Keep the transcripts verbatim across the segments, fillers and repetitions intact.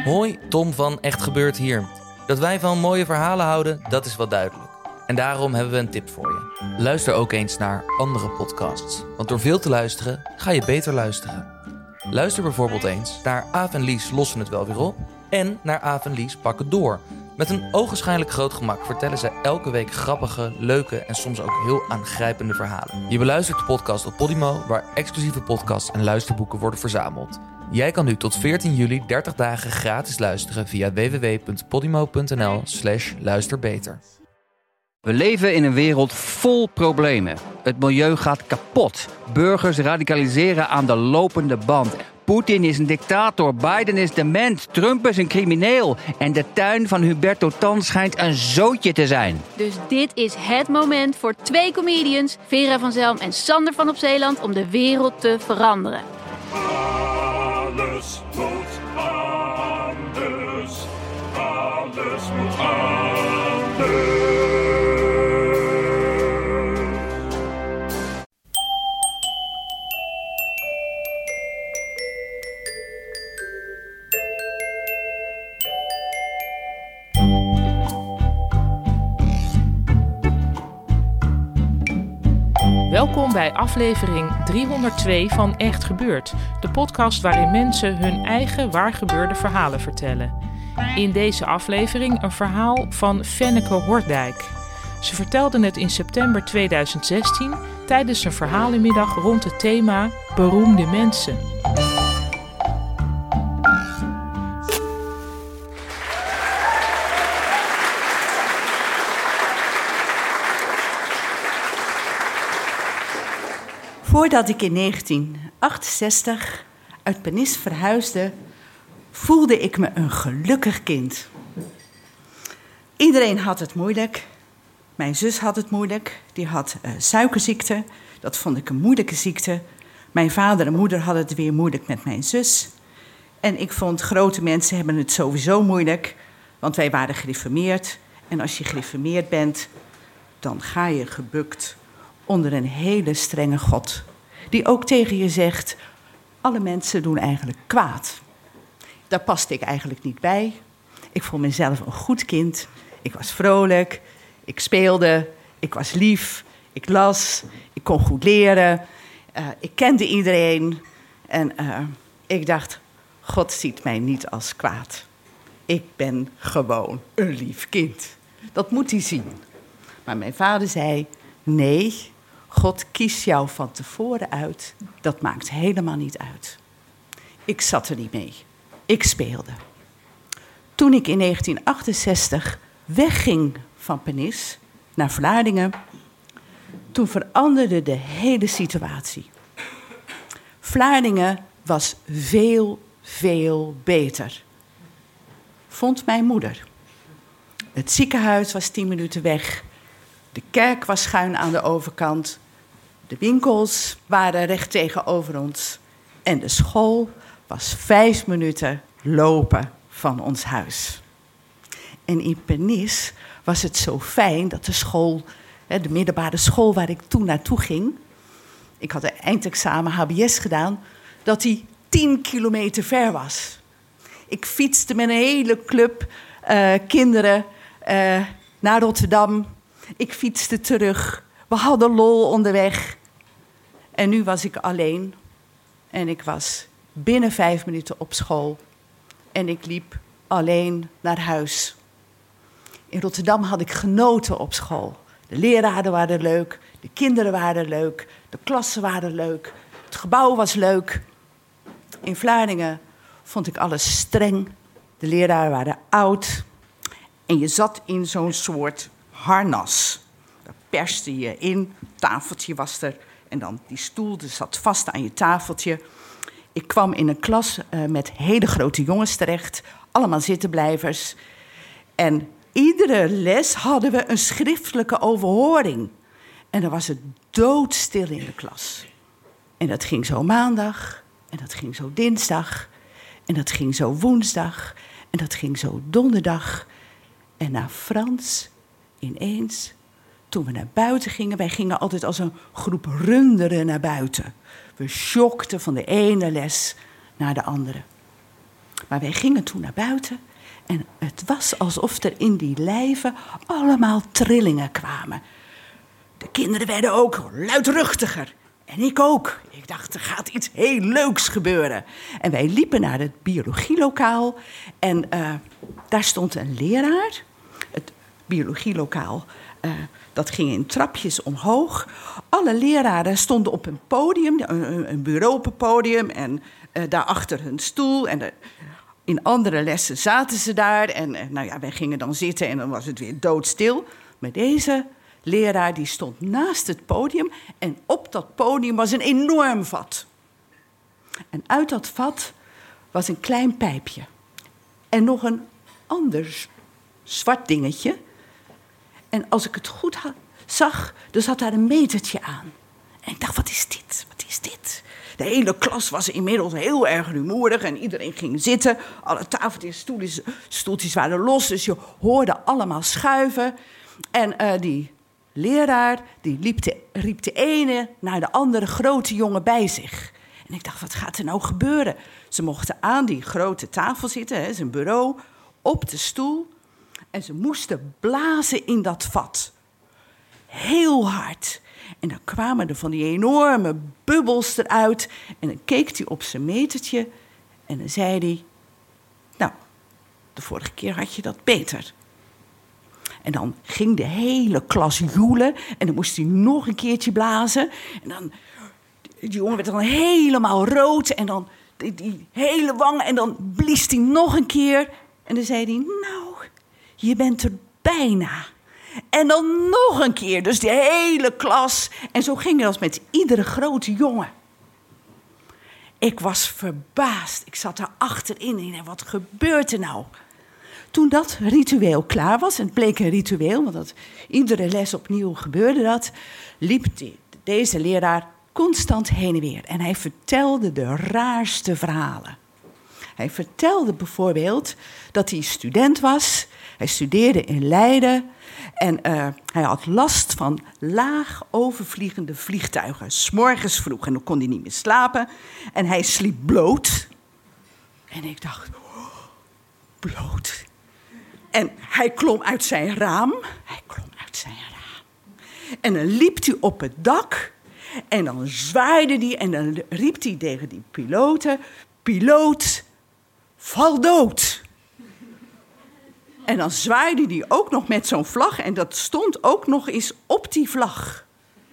Hoi, Tom van Echt Gebeurd hier. Dat wij van mooie verhalen houden, dat is wel duidelijk. En daarom hebben we een tip voor je. Luister ook eens naar andere podcasts. Want door veel te luisteren, ga je beter luisteren. Luister bijvoorbeeld eens naar Aaf en Lies lossen het wel weer op. En naar Aaf en Lies pakken door. Met een ogenschijnlijk groot gemak vertellen ze elke week grappige, leuke en soms ook heel aangrijpende verhalen. Je beluistert de podcast op Podimo, waar exclusieve podcasts en luisterboeken worden verzameld. Jij kan nu tot veertien juli dertig dagen gratis luisteren via www.podimo.nl slash luisterbeter. We leven in een wereld vol problemen. Het milieu gaat kapot. Burgers radicaliseren aan de lopende band. Poetin is een dictator, Biden is dement, Trump is een crimineel. En de tuin van Huberto Tan schijnt een zootje te zijn. Dus dit is het moment voor twee comedians, Vera van Zelm en Sander van op Zeeland, om de wereld te veranderen. Alles moet anders. Alles moet anders. Welkom bij aflevering driehonderdtwee van Echt Gebeurd, de podcast waarin mensen hun eigen waargebeurde verhalen vertellen. In deze aflevering een verhaal van Fenneke Hordijk. Ze vertelde het in september tweeduizend zestien tijdens een verhalenmiddag rond het thema beroemde mensen. Voordat ik in negentien achtenzestig uit Pernis verhuisde, voelde ik me een gelukkig kind. Iedereen had het moeilijk. Mijn zus had het moeilijk. Die had uh, suikerziekte. Dat vond ik een moeilijke ziekte. Mijn vader en moeder hadden het weer moeilijk met mijn zus. En ik vond grote mensen hebben het sowieso moeilijk. Want wij waren gereformeerd. En als je gereformeerd bent, dan ga je gebukt onder een hele strenge God, die ook tegen je zegt, alle mensen doen eigenlijk kwaad. Daar paste ik eigenlijk niet bij. Ik vond mezelf een goed kind. Ik was vrolijk, ik speelde, ik was lief, ik las, ik kon goed leren. Uh, ik kende iedereen en uh, ik dacht, God ziet mij niet als kwaad. Ik ben gewoon een lief kind. Dat moet hij zien. Maar mijn vader zei, nee, God kiest jou van tevoren uit. Dat maakt helemaal niet uit. Ik zat er niet mee. Ik speelde. Toen ik in negentien achtenzestig wegging van Pernis naar Vlaardingen, toen veranderde de hele situatie. Vlaardingen was veel, veel beter. Vond mijn moeder. Het ziekenhuis was tien minuten weg. De kerk was schuin aan de overkant. De winkels waren recht tegenover ons. En de school was vijf minuten lopen van ons huis. En in Pernis was het zo fijn dat de school, de middelbare school waar ik toen naartoe ging, ik had een eindexamen H B S gedaan, dat die tien kilometer ver was. Ik fietste met een hele club uh, kinderen uh, naar Rotterdam. Ik fietste terug. We hadden lol onderweg. En nu was ik alleen. En ik was binnen vijf minuten op school. En ik liep alleen naar huis. In Rotterdam had ik genoten op school. De leraren waren leuk. De kinderen waren leuk. De klassen waren leuk. Het gebouw was leuk. In Vlaardingen vond ik alles streng. De leraren waren oud. En je zat in zo'n soort harnas. Daar perste je in, het tafeltje was er en dan die stoel die zat vast aan je tafeltje. Ik kwam in een klas uh, met hele grote jongens terecht, allemaal zittenblijvers. En iedere les hadden we een schriftelijke overhoring. En dan was het doodstil in de klas. En dat ging zo maandag, en dat ging zo dinsdag, en dat ging zo woensdag, en dat ging zo donderdag. En na Frans, ineens, toen we naar buiten gingen, wij gingen altijd als een groep runderen naar buiten. We sjokten van de ene les naar de andere. Maar wij gingen toen naar buiten en het was alsof er in die lijven allemaal trillingen kwamen. De kinderen werden ook luidruchtiger. En ik ook. Ik dacht, er gaat iets heel leuks gebeuren. En wij liepen naar het biologielokaal. En uh, daar stond een leraar. Het biologielokaal, uh, dat ging in trapjes omhoog. Alle leraren stonden op een podium, een, een bureau op een podium. En uh, daarachter hun stoel. En de, in andere lessen zaten ze daar. En uh, nou ja, wij gingen dan zitten en dan was het weer doodstil. Maar deze leraar die stond naast het podium en op dat podium was een enorm vat. En uit dat vat was een klein pijpje. En nog een ander zwart dingetje. En als ik het goed ha- zag, dan zat daar een metertje aan. En ik dacht, wat is dit? Wat is dit? De hele klas was inmiddels heel erg rumoerig en iedereen ging zitten. Alle tafeltjes, stoeltjes, stoeltjes waren los, dus je hoorde allemaal schuiven. En uh, die leraar die liep de, riep de ene naar de andere grote jongen bij zich. En ik dacht, wat gaat er nou gebeuren? Ze mochten aan die grote tafel zitten, hè, zijn bureau, op de stoel. En ze moesten blazen in dat vat. Heel hard. En dan kwamen er van die enorme bubbels eruit. En dan keek hij op zijn metertje. En dan zei hij, nou, de vorige keer had je dat beter. En dan ging de hele klas joelen. En dan moest hij nog een keertje blazen. En dan, die jongen werd dan helemaal rood. En dan die, die hele wang. En dan blies hij nog een keer. En dan zei hij, nou, je bent er bijna. En dan nog een keer. Dus die hele klas. En zo ging het als met iedere grote jongen. Ik was verbaasd. Ik zat daar achterin. En wat gebeurt er nou? Toen dat ritueel klaar was, en het bleek een ritueel, want dat, iedere les opnieuw gebeurde dat, liep die, deze leraar constant heen en weer. En hij vertelde de raarste verhalen. Hij vertelde bijvoorbeeld dat hij student was. Hij studeerde in Leiden. En uh, hij had last van laag overvliegende vliegtuigen. 's Morgens vroeg en dan kon hij niet meer slapen. En hij sliep bloot. En ik dacht, oh, bloot. En hij klom uit zijn raam. Hij klom uit zijn raam. En dan liep hij op het dak. En dan zwaaide hij en dan riep hij tegen die piloten, piloot, val dood. En dan zwaaide hij ook nog met zo'n vlag. En dat stond ook nog eens op die vlag.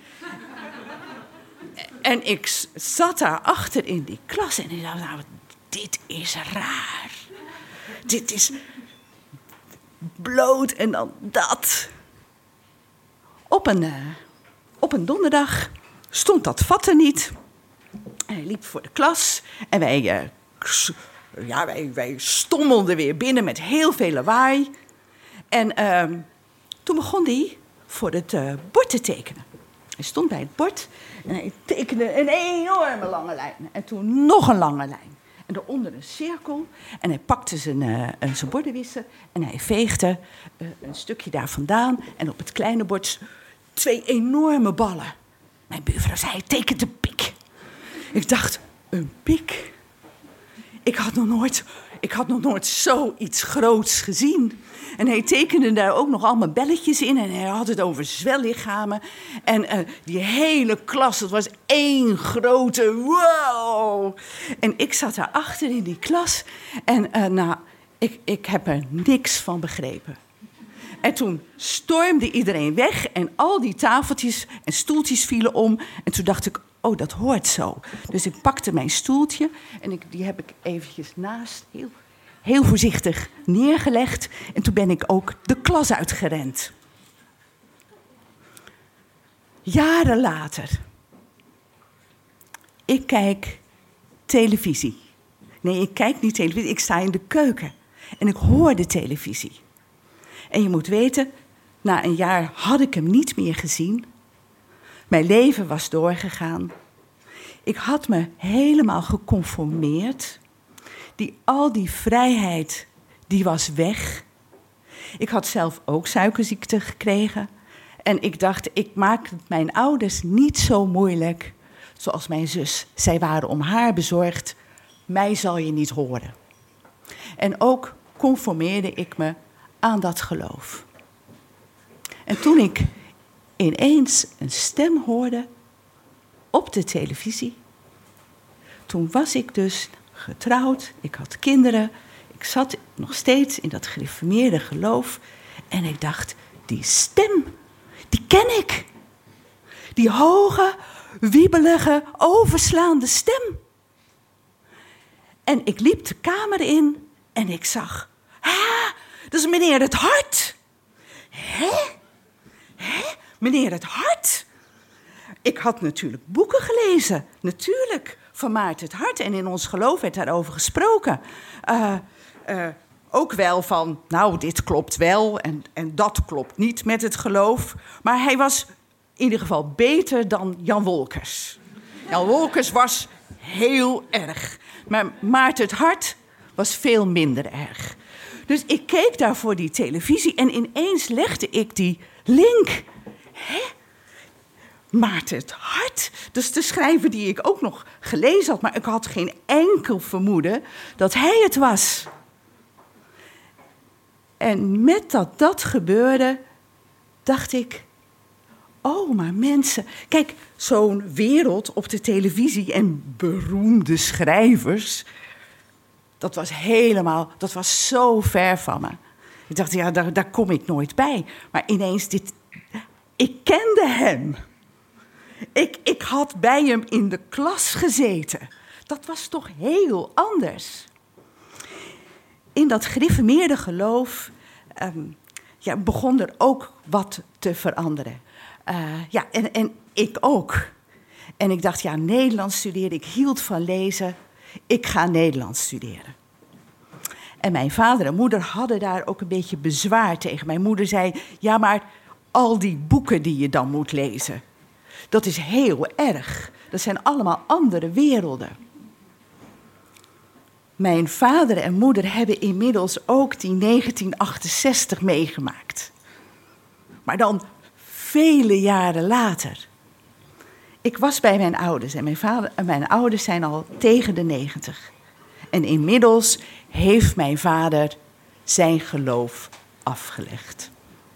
En ik zat daar achter in die klas. En ik dacht, nou, dit is raar. Dit is bloot en dan dat. Op een, uh, op een donderdag stond dat vat er niet. En hij liep voor de klas. En wij... Uh, Ja, wij, wij stommelden weer binnen met heel veel lawaai. En uh, toen begon hij voor het uh, bord te tekenen. Hij stond bij het bord en hij tekende een enorme lange lijn. En toen nog een lange lijn. En daaronder een cirkel. En hij pakte zijn, uh, zijn bordenwisser en hij veegde uh, een stukje daar vandaan. En op het kleine bord twee enorme ballen. Mijn buurvrouw zei, hij tekent een pik. Ik dacht, een pik? Ik had nog nooit, ik had nog nooit zoiets groots gezien. En hij tekende daar ook nog allemaal belletjes in. En hij had het over zwellichamen. En uh, die hele klas, het was één grote wow. En ik zat daar achter in die klas. En uh, nou, ik, ik heb er niks van begrepen. En toen stormde iedereen weg. En al die tafeltjes en stoeltjes vielen om. En toen dacht ik, oh, dat hoort zo. Dus ik pakte mijn stoeltje en ik, die heb ik eventjes naast, heel, heel voorzichtig neergelegd. En toen ben ik ook de klas uitgerend. Jaren later. Ik kijk televisie. Nee, ik kijk niet televisie, ik sta in de keuken. En ik hoor de televisie. En je moet weten, na een jaar had ik hem niet meer gezien. Mijn leven was doorgegaan. Ik had me helemaal geconformeerd. Die, al die vrijheid, die was weg. Ik had zelf ook suikerziekte gekregen. En ik dacht, ik maak het mijn ouders niet zo moeilijk. Zoals mijn zus. Zij waren om haar bezorgd. Mij zal je niet horen. En ook conformeerde ik me aan dat geloof. En toen ik ineens een stem hoorde op de televisie, toen was ik dus getrouwd, ik had kinderen, ik zat nog steeds in dat gereformeerde geloof en ik dacht, die stem, die ken ik. Die hoge, wiebelige, overslaande stem. En ik liep de kamer in en ik zag, ha, dat is meneer Het Hart. Hè? Hè? Meneer Het Hart? Ik had natuurlijk boeken gelezen, natuurlijk, van Maarten Het Hart. En in ons geloof werd daarover gesproken. Uh, uh, ook wel van, nou, dit klopt wel en, en dat klopt niet met het geloof. Maar hij was in ieder geval beter dan Jan Wolkers. Jan Wolkers was heel erg. Maar Maarten Het Hart was veel minder erg. Dus ik keek daar voor die televisie en ineens legde ik die link. Hè? Maarten Het Hart? Dat is de schrijver die ik ook nog gelezen had. Maar ik had geen enkel vermoeden dat hij het was. En met dat dat gebeurde, dacht ik, oh, maar mensen, kijk, zo'n wereld op de televisie en beroemde schrijvers, dat was helemaal, dat was zo ver van me. Ik dacht, ja, daar, daar kom ik nooit bij. Maar ineens, dit, ik kende hem. Ik, ik had bij hem in de klas gezeten. Dat was toch heel anders. In dat gereformeerde geloof um, ja, begon er ook wat te veranderen. Uh, ja, en, en ik ook. En ik dacht, ja, Nederlands studeren. Ik hield van lezen. Ik ga Nederlands studeren. En mijn vader en moeder hadden daar ook een beetje bezwaar tegen. Mijn moeder zei, ja, maar al die boeken die je dan moet lezen, dat is heel erg. Dat zijn allemaal andere werelden. Mijn vader en moeder hebben inmiddels ook die negentien achtenzestig meegemaakt. Maar dan vele jaren later. Ik was bij mijn ouders en mijn, vader, en mijn ouders zijn al tegen de negentig. En inmiddels heeft mijn vader zijn geloof afgelegd.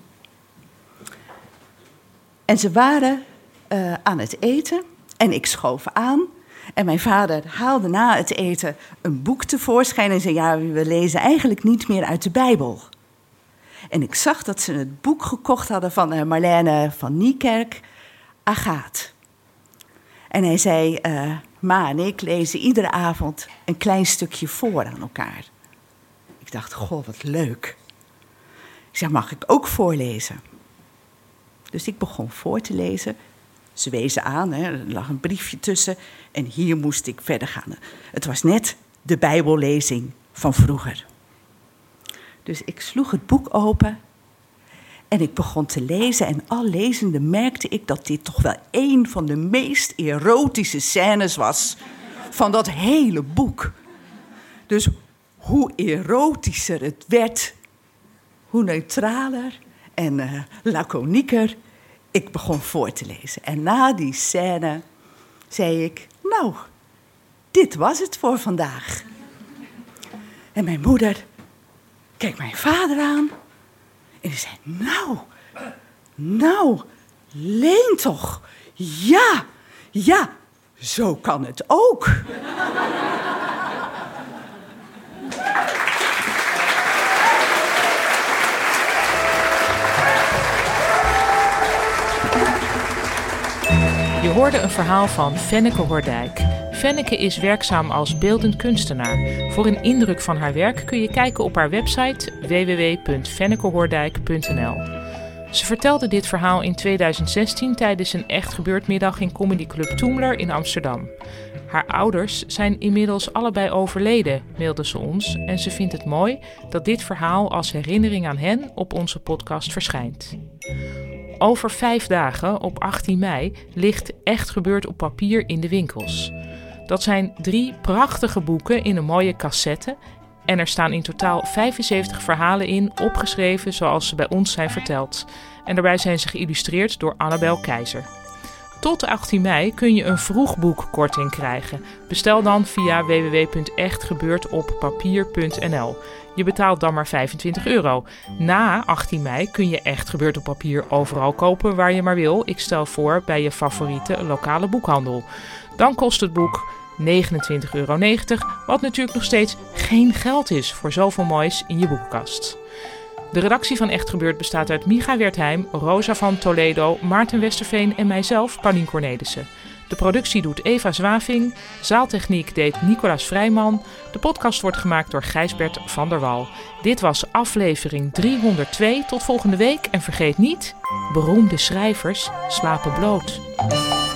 En ze waren uh, aan het eten en ik schoof aan. En mijn vader haalde na het eten een boek tevoorschijn en zei, ja, we lezen eigenlijk niet meer uit de Bijbel. En ik zag dat ze het boek gekocht hadden van uh, Marlene van Niekerk, Agaat. En hij zei, uh, ma en ik lezen iedere avond een klein stukje voor aan elkaar. Ik dacht, goh, wat leuk. Ik zei, mag ik ook voorlezen? Dus ik begon voor te lezen. Ze wezen aan, hè, er lag een briefje tussen en hier moest ik verder gaan. Het was net de Bijbellezing van vroeger. Dus ik sloeg het boek open en ik begon te lezen. En al lezende merkte ik dat dit toch wel een van de meest erotische scènes was van dat hele boek. Dus hoe erotischer het werd, hoe neutraler en uh, laconieker ik begon voor te lezen. En na die scène zei ik, nou, dit was het voor vandaag. En mijn moeder keek mijn vader aan en die zei, nou, nou, leen toch. Ja, ja, zo kan het ook. Je hoorde een verhaal van Fenneke Hordijk. Fenneke is werkzaam als beeldend kunstenaar. Voor een indruk van haar werk kun je kijken op haar website w w w punt fennekehordijk punt n l. Ze vertelde dit verhaal in tweeduizend zestien tijdens een Echt Gebeurd middag in Comedy Club Toemler in Amsterdam. Haar ouders zijn inmiddels allebei overleden, mailde ze ons, en ze vindt het mooi dat dit verhaal als herinnering aan hen op onze podcast verschijnt. Over vijf dagen, op achttien mei, ligt Echt Gebeurd op papier in de winkels. Dat zijn drie prachtige boeken in een mooie cassette. En er staan in totaal vijfenzeventig verhalen in, opgeschreven zoals ze bij ons zijn verteld. En daarbij zijn ze geïllustreerd door Annabel Keizer. Tot achttien mei kun je een vroegboekkorting krijgen. Bestel dan via w w w punt echtgebeurtoppapier punt n l. Je betaalt dan maar vijfentwintig euro. Na achttien mei kun je Echt Gebeurd op Papier overal kopen waar je maar wil. Ik stel voor bij je favoriete lokale boekhandel. Dan kost het boek negenentwintig euro negentig, wat natuurlijk nog steeds geen geld is voor zoveel moois in je boekenkast. De redactie van Echt Gebeurd bestaat uit Micha Wertheim, Rosa van Toledo, Maarten Westerveen en mijzelf, Paulien Cornelissen. De productie doet Eva Zwaving, zaaltechniek deed Nicolaas Vrijman. De podcast wordt gemaakt door Gijsbert van der Wal. Dit was aflevering driehonderdtwee. Tot volgende week en vergeet niet, beroemde schrijvers slapen bloot.